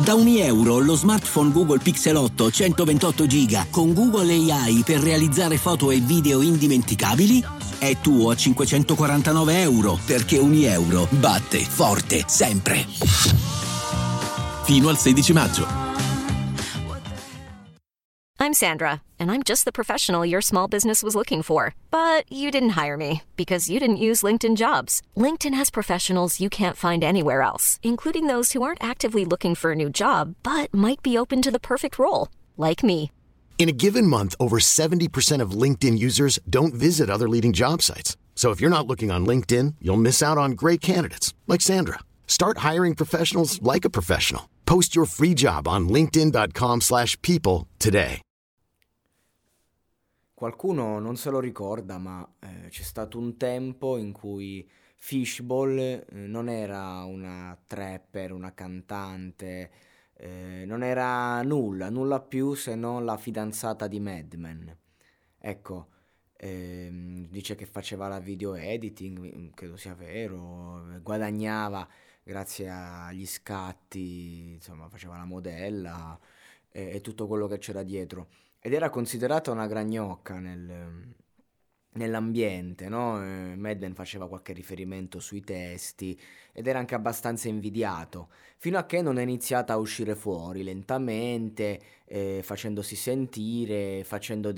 Da €1 lo smartphone Google Pixel 8 128 GB con Google AI per realizzare foto e video indimenticabili è tuo a €549, perché €1 batte forte sempre. Fino al 16 maggio. I'm Sandra, and I'm just the professional your small business was looking for. But you didn't hire me because you didn't use LinkedIn Jobs. LinkedIn has professionals you can't find anywhere else, including those who aren't actively looking for a new job, but might be open to the perfect role, like me. In a given month, over 70% of LinkedIn users don't visit other leading job sites. So if you're not looking on LinkedIn, you'll miss out on great candidates like Sandra. Start hiring professionals like a professional. Post your free job on linkedin.com/people today. Qualcuno non se lo ricorda, ma c'è stato un tempo in cui Fishball non era una trapper, una cantante, non era nulla più se non la fidanzata di Madman. Ecco, dice che faceva la video editing, credo sia vero, guadagnava grazie agli scatti, insomma faceva la modella e tutto quello che c'era dietro. Ed era considerata una gragnocca nell'ambiente, no? Madden faceva qualche riferimento sui testi ed era anche abbastanza invidiato, fino a che non è iniziata a uscire fuori lentamente, facendosi sentire, facendo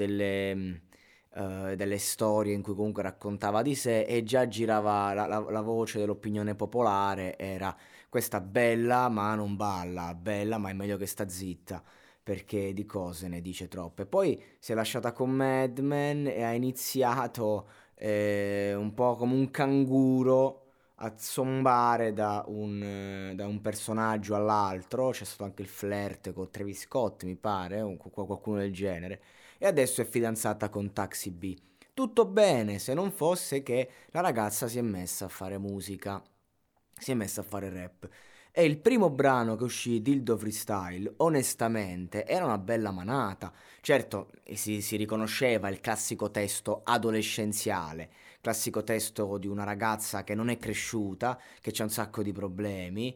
delle storie in cui comunque raccontava di sé e già girava la voce dell'opinione popolare, era questa bella ma non balla, bella ma è meglio che sta zitta, perché di cose ne dice troppe. Poi si è lasciata con Madman e ha iniziato un po' come un canguro a zombare da un personaggio all'altro. C'è stato anche il flirt con Travis Scott, mi pare, o con qualcuno del genere. E adesso è fidanzata con Taxi B. Tutto bene, se non fosse che la ragazza si è messa a fare musica, si è messa a fare rap. E il primo brano che uscì, Dildo Freestyle, onestamente era una bella manata. Certo, si riconosceva il classico testo adolescenziale, classico testo di una ragazza che non è cresciuta, che c'ha un sacco di problemi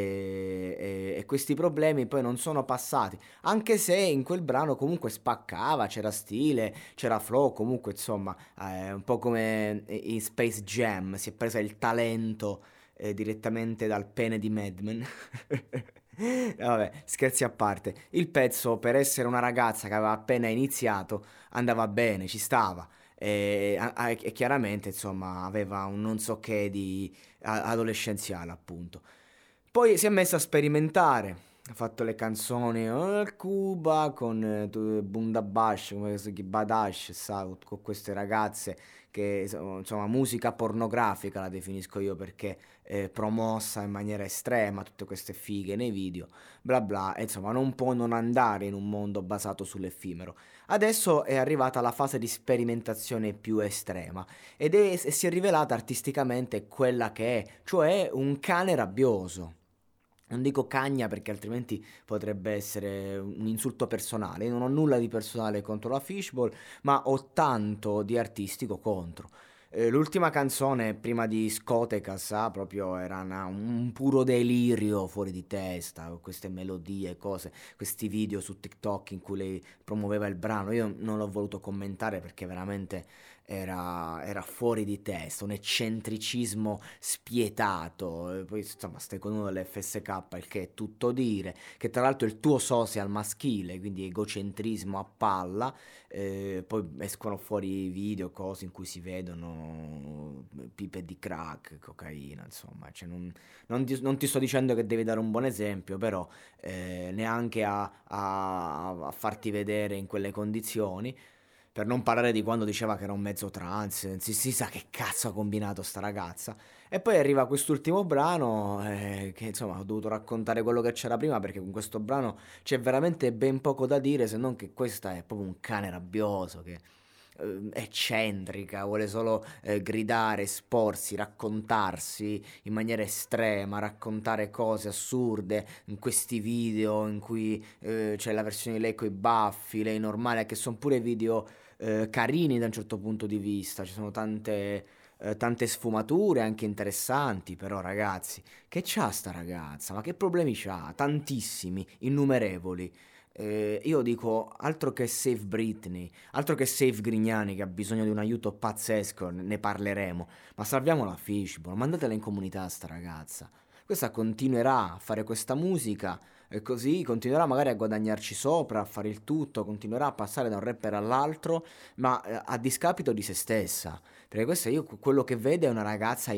e questi problemi poi non sono passati, anche se in quel brano comunque spaccava, c'era stile, c'era flow, comunque insomma un po' come in Space Jam, si è presa il talento direttamente dal pene di Madman. Vabbè, scherzi a parte, il pezzo, per essere una ragazza che aveva appena iniziato, andava bene, ci stava e chiaramente insomma aveva un non so che di adolescenziale, appunto. Poi si è messa a sperimentare, ha fatto le canzoni al Cuba con Bundabash, come si chiama, Badash, sa, con queste ragazze che insomma musica pornografica la definisco io, perché promossa in maniera estrema, tutte queste fighe nei video, bla bla, e insomma non può non andare in un mondo basato sull'effimero. Adesso è arrivata la fase di sperimentazione più estrema e si è rivelata artisticamente quella che è, cioè un cane rabbioso. Non dico cagna perché altrimenti potrebbe essere un insulto personale. Io non ho nulla di personale contro la Fishball, ma ho tanto di artistico contro. L'ultima canzone, prima di Scotecas, proprio era un puro delirio fuori di testa, con queste melodie, cose, questi video su TikTok in cui lei promuoveva il brano. Io non l'ho voluto commentare perché veramente era fuori di testa, un eccentricismo spietato. E poi insomma stai con uno dell'FSK, il che è tutto dire, che tra l'altro è il tuo social maschile, quindi egocentrismo a palla. Poi escono fuori video, cose in cui si vedono pipe di crack, cocaina, insomma, cioè non ti sto dicendo che devi dare un buon esempio, però neanche a farti vedere in quelle condizioni. Per non parlare di quando diceva che era un mezzo trans, si sa che cazzo ha combinato sta ragazza. E poi arriva quest'ultimo brano, che insomma ho dovuto raccontare quello che c'era prima, perché con questo brano c'è veramente ben poco da dire, se non che questa è proprio un cane rabbioso, che eccentrica, vuole solo gridare, esporsi, raccontarsi in maniera estrema, raccontare cose assurde in questi video in cui c'è la versione di lei coi baffi, lei normale, che sono pure video carini da un certo punto di vista, ci sono tante tante sfumature anche interessanti, però ragazzi, che c'ha sta ragazza? Ma che problemi c'ha? Tantissimi, innumerevoli. Io dico, altro che Save Britney, altro che Save Grignani che ha bisogno di un aiuto pazzesco, ne parleremo, ma salviamo la Fishbone, mandatela in comunità sta ragazza. Questa continuerà a fare questa musica e così continuerà magari a guadagnarci sopra, a fare il tutto, continuerà a passare da un rapper all'altro, ma a discapito di se stessa. Perché questo io quello che vedo è una ragazza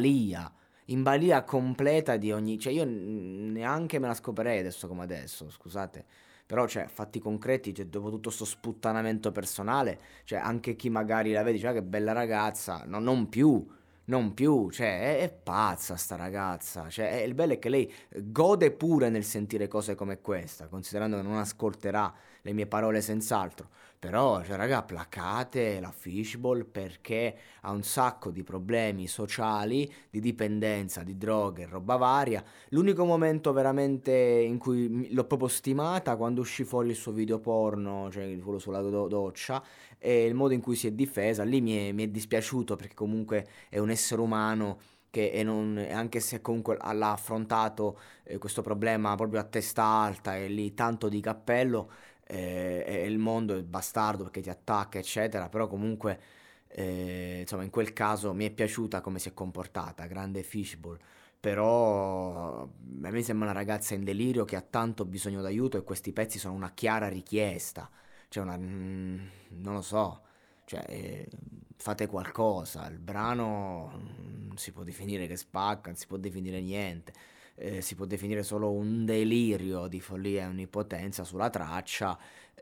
in balia completa di ogni... Cioè io neanche me la scoperei adesso come adesso, scusate. Però, cioè, fatti concreti, cioè, dopo tutto sto sputtanamento personale, cioè, anche chi magari la vede dice, "Ah, che bella ragazza", no, non più, cioè, è pazza sta ragazza, cioè, il bello è che lei gode pure nel sentire cose come questa, considerando che non ascolterà le mie parole senz'altro, però, cioè, raga, placate la Fishball perché ha un sacco di problemi sociali, di dipendenza, di droghe, roba varia. L'unico momento veramente in cui l'ho proprio stimata quando uscì fuori il suo video porno, cioè quello sulla doccia, e il modo in cui si è difesa, lì mi è dispiaciuto perché comunque è un essere umano che anche se comunque l'ha affrontato questo problema proprio a testa alta e lì tanto di cappello, e il mondo è bastardo perché ti attacca eccetera, però comunque insomma in quel caso mi è piaciuta come si è comportata, grande Fishbowl. Però a me mi sembra una ragazza in delirio che ha tanto bisogno d'aiuto e questi pezzi sono una chiara richiesta. Cioè non lo so, cioè fate qualcosa. Il brano non si può definire che spacca, non si può definire niente. Si può definire solo un delirio di follia e onnipotenza sulla traccia.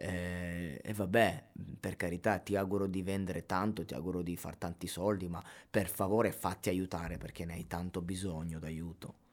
E vabbè, per carità, ti auguro di vendere tanto, ti auguro di far tanti soldi, ma per favore fatti aiutare perché ne hai tanto bisogno d'aiuto.